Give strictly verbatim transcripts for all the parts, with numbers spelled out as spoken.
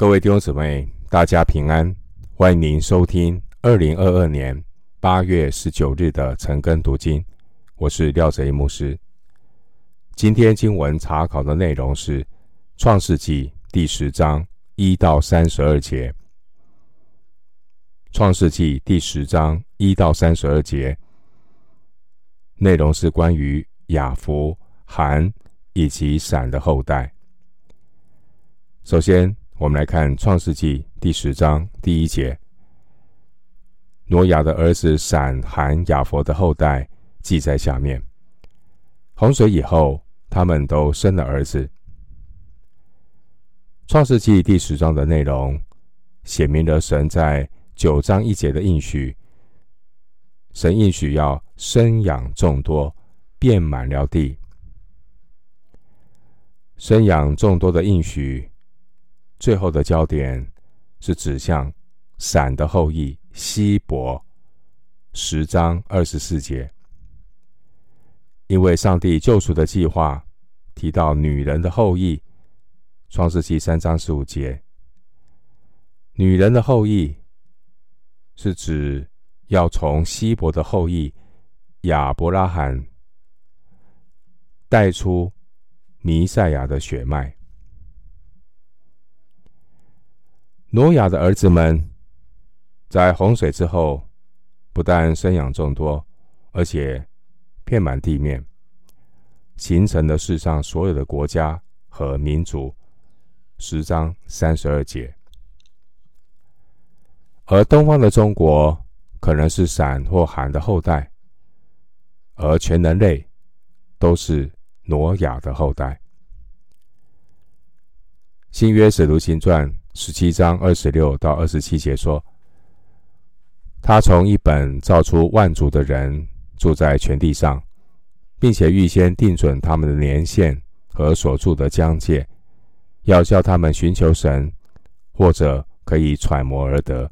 各位弟兄姊妹，大家平安，欢迎您收听二零二二年八月十九日的晨更读经，我是廖哲一牧师。今天经文查考的内容是创世纪第十章一到三十二节。创世纪第十章一到三十二节，内容是关于雅弗、含以及闪的后代。首先我们来看创世纪第十章第一节，挪亚的儿子闪、含、雅弗的后代记在下面。洪水以后，他们都生了儿子。创世纪第十章的内容写明了神在九章一节的应许，神应许要生养众多，遍满了地。生养众多的应许最后的焦点是指向闪的后裔希伯，十章二十四节。因为上帝救赎的计划提到女人的后裔，创世纪三章十五节。女人的后裔是指要从希伯的后裔亚伯拉罕带出弥赛亚的血脉。挪亚的儿子们在洪水之后，不但生养众多，而且遍满地面，形成了世上所有的国家和民族，十章三十二节。而东方的中国可能是闪或含的后代，而全人类都是挪亚的后代。新约使徒行传十七章二十六到二十七节说，他从一本造出万族的人，住在全地上，并且预先定准他们的年限和所住的疆界，要叫他们寻求神，或者可以揣摩而得。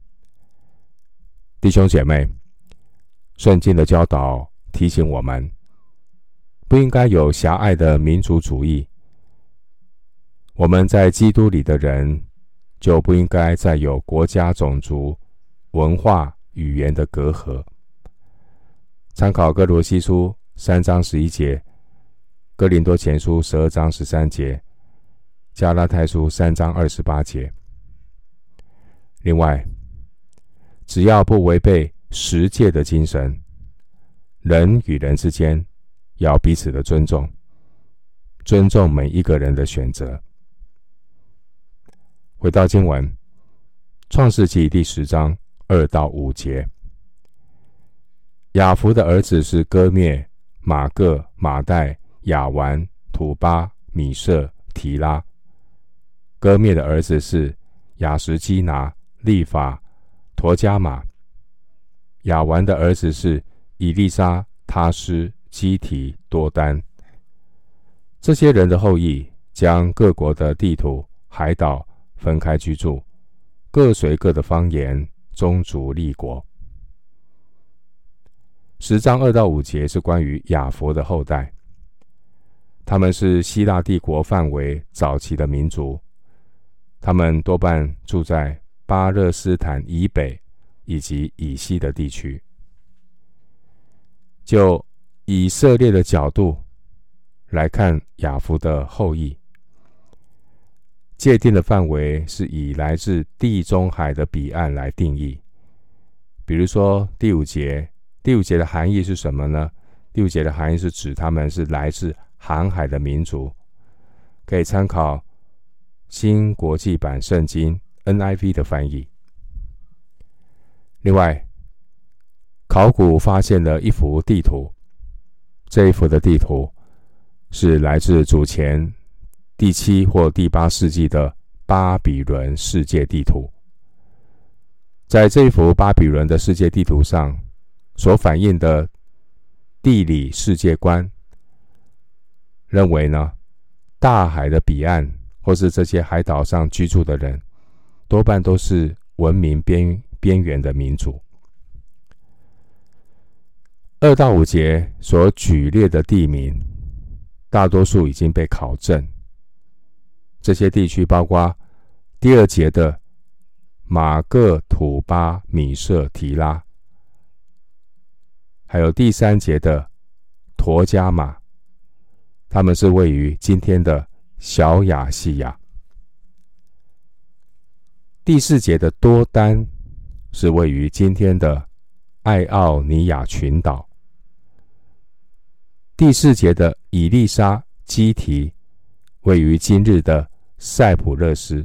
弟兄姐妹，圣经的教导提醒我们，不应该有狭隘的民族主义。我们在基督里的人，就不应该再有国家、种族、文化、语言的隔阂。参考哥罗西书三章十一节，哥林多前书十二章十三节，加拉太书三章二十八节。另外，只要不违背十诫的精神，人与人之间要彼此的尊重，尊重每一个人的选择。回到经文，创世纪第十章二到五节。雅弗的儿子是歌灭、马各、马代、亚完、土巴、米舍、提拉。歌灭的儿子是亚什基拿、利法、陀加马。亚完的儿子是以利沙、他施、基提、多丹。这些人的后裔将各国的地土、海岛分开居住，各随各的方言，宗族立国。十章二到五节是关于雅弗的后代，他们是希腊帝国范围早期的民族，他们多半住在巴勒斯坦以北以及以西的地区。就以色列的角度来看雅弗的后裔，界定的范围是以来自地中海的彼岸来定义。比如说第五节，第五节的含义是什么呢？第五节的含义是指他们是来自航海的民族，可以参考新国际版圣经 N I V 的翻译。另外，考古发现了一幅地图，这一幅的地图是来自主前第七或第八世纪的巴比伦世界地图。在这一幅巴比伦的世界地图上所反映的地理世界观，认为呢，大海的彼岸或是这些海岛上居住的人，多半都是文明边边缘的民族。二到五节所举列的地名，大多数已经被考证。这些地区包括第二节的马各土巴米舍提拉，还有第三节的陀加马，他们是位于今天的小亚细亚。第四节的多丹是位于今天的爱奥尼亚群岛。第四节的以利沙基提位于今日的塞浦路斯。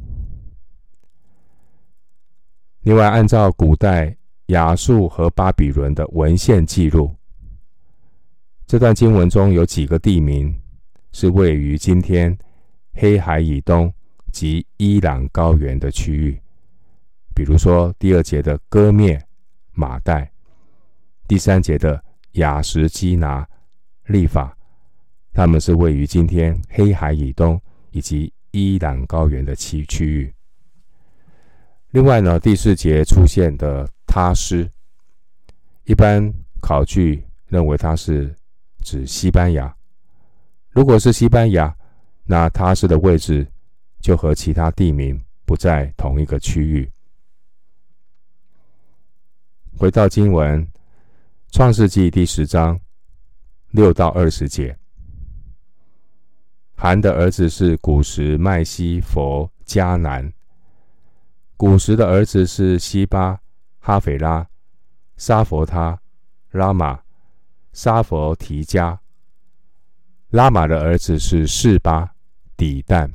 另外，按照古代亚述和巴比伦的文献记录，这段经文中有几个地名是位于今天黑海以东及伊朗高原的区域，比如说第二节的哥灭、马代，第三节的雅什基拿、利法，他们是位于今天黑海以东以及伊朗高原的区区域。另外呢，第四节出现的他施，一般考据认为它是指西班牙。如果是西班牙，那他施的位置就和其他地名不在同一个区域。回到经文，创世纪第十章六到二十节，含的儿子是古时麦西佛迦南，古时的儿子是西巴、哈斐拉、沙佛他、拉玛、沙佛提加。拉玛的儿子是示巴、底但。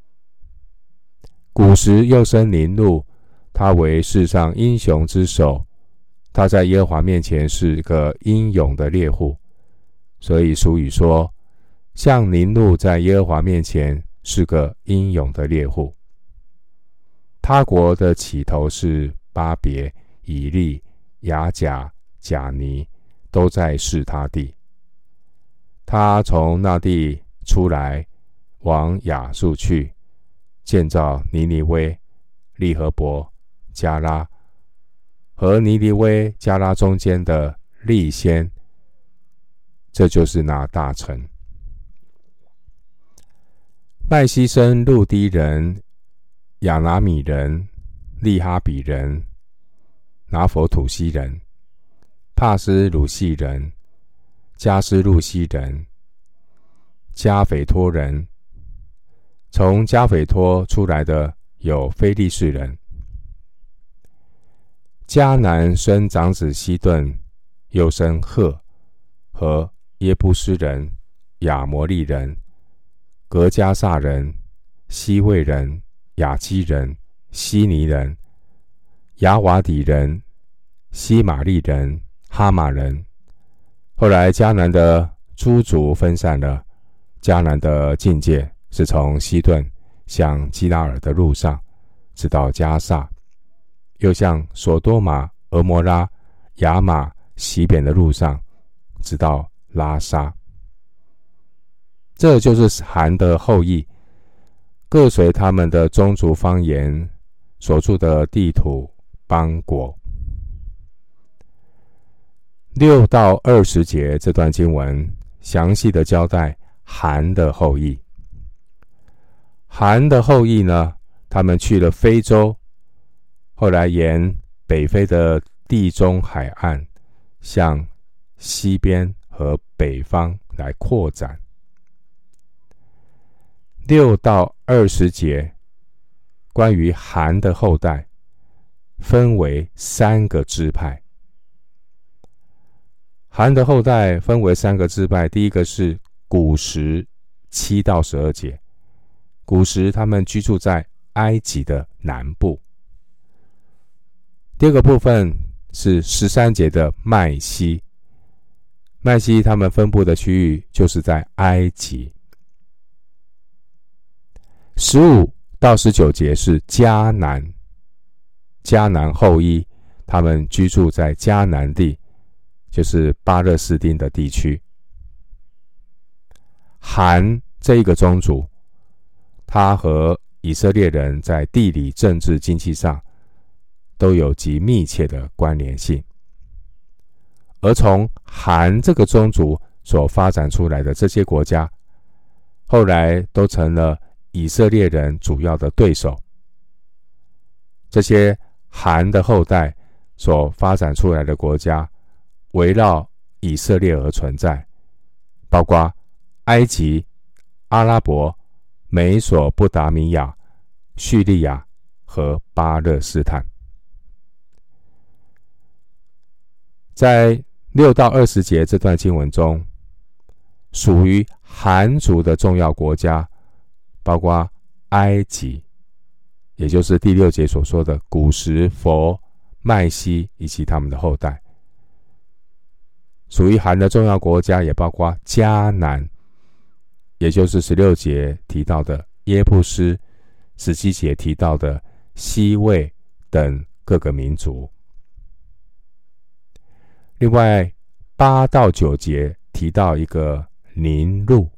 古时又生宁录，他为世上英雄之首，他在耶和华面前是个英勇的猎户，所以俗语说，像宁录在耶和华面前是个英勇的猎户。他国的起头是巴别、以利、雅甲、甲尼，都在示他地。他从那地出来，往亚述去，建造尼尼微、利和伯、加拉和尼尼微、加拉中间的利先，这就是那大城。麦西生路低人、亚拿米人、利哈比人、拿佛土西人、帕斯鲁西人、加斯路西人、加斐托人。从加斐托出来的有非利士人。迦南生长子西顿，又生赫和耶布斯人、亚摩利人、格加萨人、西魏人、亚基人、希尼人、亚瓦底人、西玛利人、哈马人。后来迦南的诸族分散了，迦南的境界是从西顿向基拉尔的路上，直到加萨，又向索多玛、俄摩拉、亚玛西边的路上，直到拉沙。这就是含的后裔，各随他们的宗族方言所住的地土邦国。六到二十节这段经文详细的交代含的后裔。含的后裔呢，他们去了非洲，后来沿北非的地中海岸向西边和北方来扩展。六到二十节关于含的后代分为三个支派。含的后代分为三个支派，第一个是古时七到十二节，古时他们居住在埃及的南部。第二个部分是十三节的麦西，麦西他们分布的区域就是在埃及。十五到十九节是迦南，迦南后裔他们居住在迦南地，就是巴勒斯丁的地区。含这一个宗族，他和以色列人在地理、政治、经济上都有极密切的关联性。而从含这个宗族所发展出来的这些国家，后来都成了以色列人主要的对手， 这些含的后代所发展出来的国家，围绕以色列而存在，包括埃及、阿拉伯、美索不达米亚、叙利亚和巴勒斯坦。在六到二十节这段经文中，属于含族的重要国家，包括埃及，也就是第六节所说的古时、佛、麦西以及他们的后代。属于含的重要国家也包括迦南，也就是十六节提到的耶布斯，十七节提到的西魏等各个民族。另外八到九节提到一个宁录，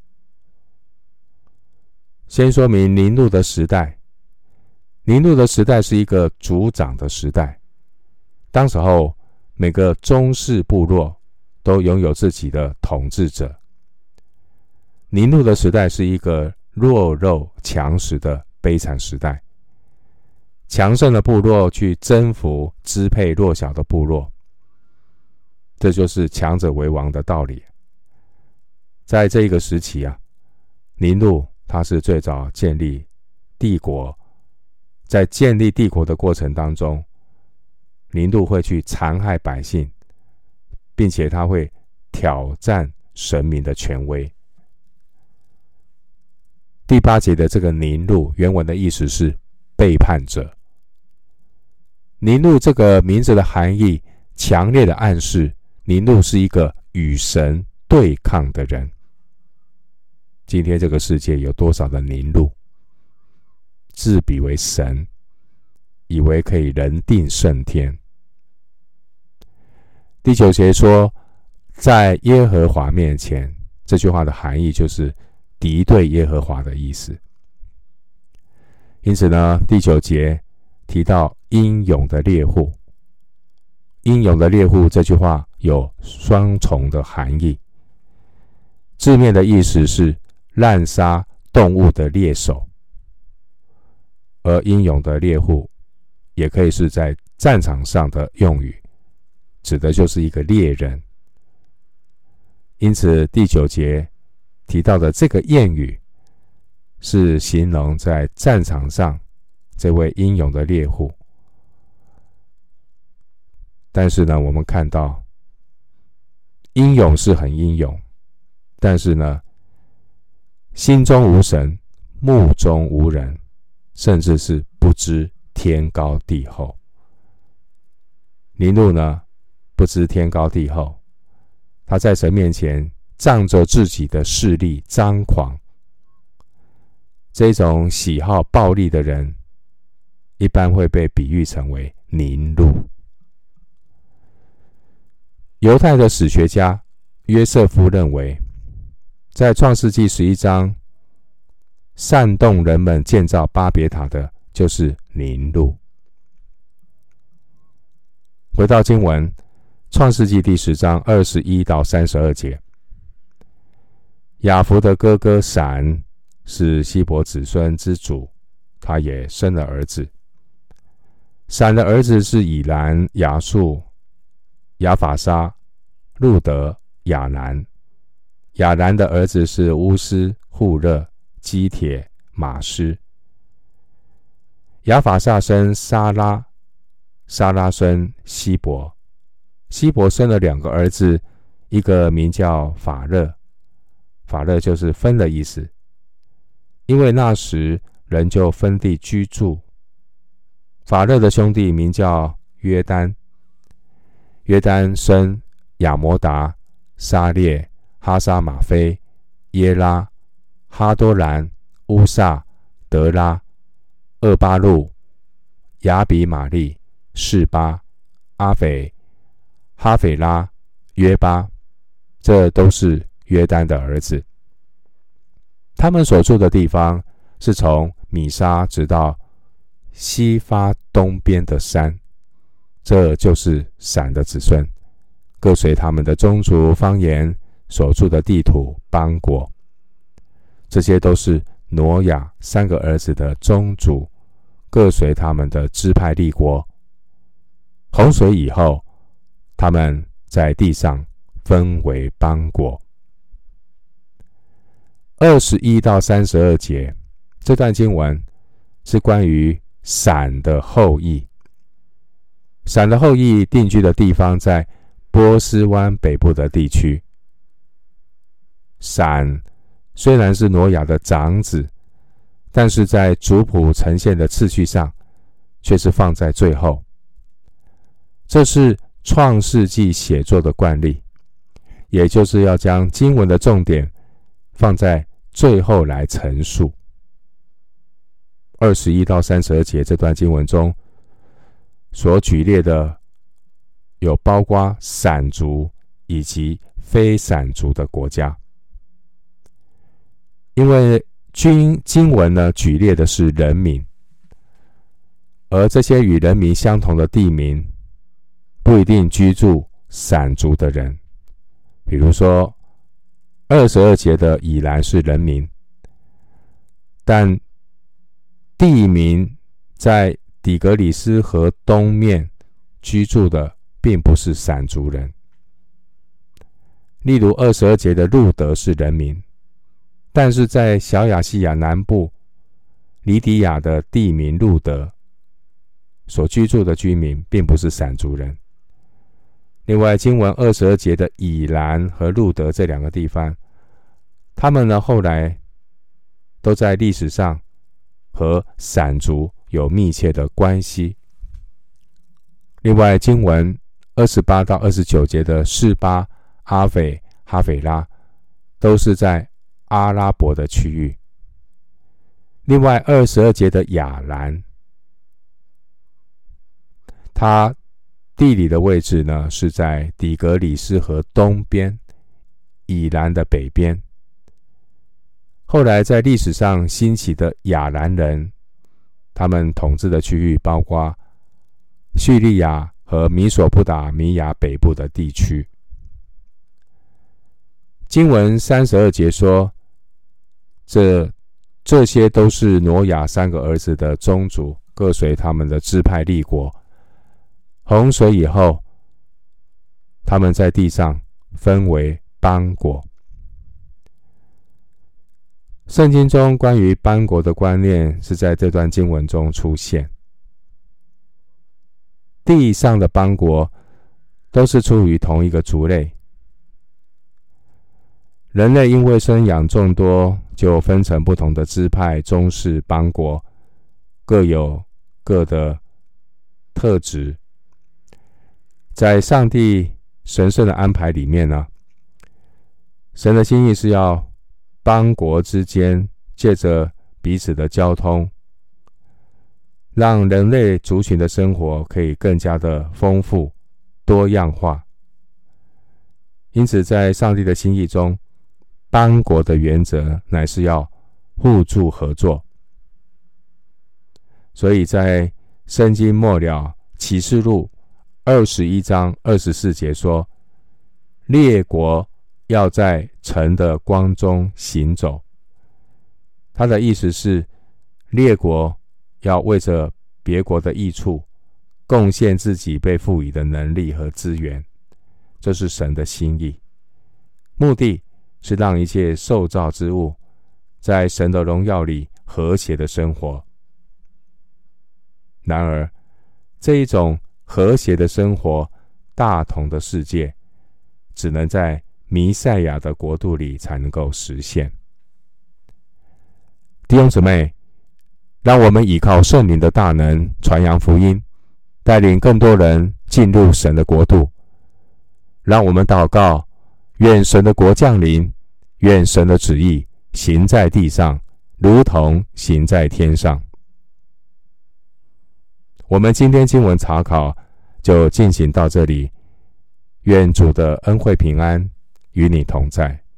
先说明宁录的时代。宁录的时代是一个族长的时代，当时候每个宗室部落都拥有自己的统治者。宁录的时代是一个弱肉强食的悲惨时代，强盛的部落去征服支配弱小的部落，这就是强者为王的道理。在这一个时期啊，宁录它是最早建立帝国，在建立帝国的过程当中，宁录会去残害百姓，并且他会挑战神明的权威。第八节的这个宁录原文的意思是背叛者。宁录这个名字的含义强烈的暗示宁录是一个与神对抗的人。今天这个世界有多少的宁录，自比为神，以为可以人定胜天。第九节说在耶和华面前，这句话的含义就是敌对耶和华的意思。因此呢，第九节提到英勇的猎户，英勇的猎户这句话有双重的含义。字面的意思是滥杀动物的猎手，而英勇的猎户也可以是在战场上的用语，指的就是一个猎人。因此第九节提到的这个谚语是形容在战场上这位英勇的猎户。但是呢，我们看到英勇是很英勇，但是呢，心中无神，目中无人，甚至是不知天高地厚。宁录呢，不知天高地厚，他在神面前仗着自己的势力张狂。这种喜好暴力的人，一般会被比喻成为宁录。犹太的史学家约瑟夫认为，在创世纪十一章煽动人们建造巴别塔的就是宁录。回到经文，创世纪第十章二十一到三十二节，雅弗的哥哥闪是希伯子孙之主，他也生了儿子。闪的儿子是以兰、亚述、亚法沙、路德、亚兰。亚兰的儿子是乌斯、户勒、基铁、马斯。亚法沙生沙拉，沙拉生希伯。希伯生了两个儿子，一个名叫法勒，法勒就是分的意思，因为那时人就分地居住。法勒的兄弟名叫约丹，约丹生亚摩达、沙列、哈沙马菲、耶拉、哈多兰、乌萨、德拉、厄巴路、亚比玛利、示巴、阿斐、哈斐拉、约巴，这都是约丹的儿子。他们所住的地方是从米沙直到西法东边的山，这就是闪的子孙，各随他们的宗族方言所住的地土邦国。这些都是挪亚三个儿子的宗族， 各随他们的支派立国。洪水以后，他们在地上分为邦国。二十一到三十二节，这段经文是关于闪的后裔。闪的后裔定居的地方在波斯湾北部的地区。闪虽然是挪亚的长子，但是在族谱呈现的次序上却是放在最后。这是创世纪写作的惯例，也就是要将经文的重点放在最后来陈述。二十一到三十二节这段经文中所举列的有包括闪族以及非闪族的国家。因为经经文呢举列的是人民，而这些与人民相同的地名不一定居住闪族的人。比如说二十二节的以兰是人民，但地名在底格里斯河东面居住的并不是闪族人。例如二十二节的路德是人民，但是在小亚细亚南部黎迪亚的地名路德所居住的居民并不是闪族人。另外经文二十二节的以兰和路德这两个地方，他们呢后来都在历史上和闪族有密切的关系。另外经文二十八到二十九节的示巴、阿斐、哈斐拉都是在阿拉伯的区域。另外二十二节的亚兰，它地理的位置呢是在底格里斯河东边，以兰的北边。后来在历史上兴起的亚兰人，他们统治的区域包括叙利亚和米索不达米亚北部的地区。经文三十二节说，这这些都是挪亚三个儿子的宗族，各随他们的支派立国。洪水以后，他们在地上分为邦国。圣经中关于邦国的观念是在这段经文中出现。地上的邦国都是出于同一个族类。人类因为生养众多，就分成不同的支派、宗室、邦国，各有各的特质。在上帝神圣的安排里面呢，神的心意是要邦国之间借着彼此的交通，让人类族群的生活可以更加的丰富多样化。因此在上帝的心意中，邦国的原则乃是要互助合作。所以在圣经末了启示录二十一章二十四节说，列国要在晨的光中行走。他的意思是，列国要为着别国的益处，贡献自己被赋予的能力和资源，这是神的心意。目的是让一切受造之物在神的荣耀里和谐的生活。然而，这一种和谐的生活，大同的世界，只能在弥赛亚的国度里才能够实现。弟兄姊妹，让我们依靠圣灵的大能，传扬福音，带领更多人进入神的国度。让我们祷告，愿神的国降临，愿神的旨意行在地上，如同行在天上。我们今天经文查考就进行到这里，愿主的恩惠平安与你同在。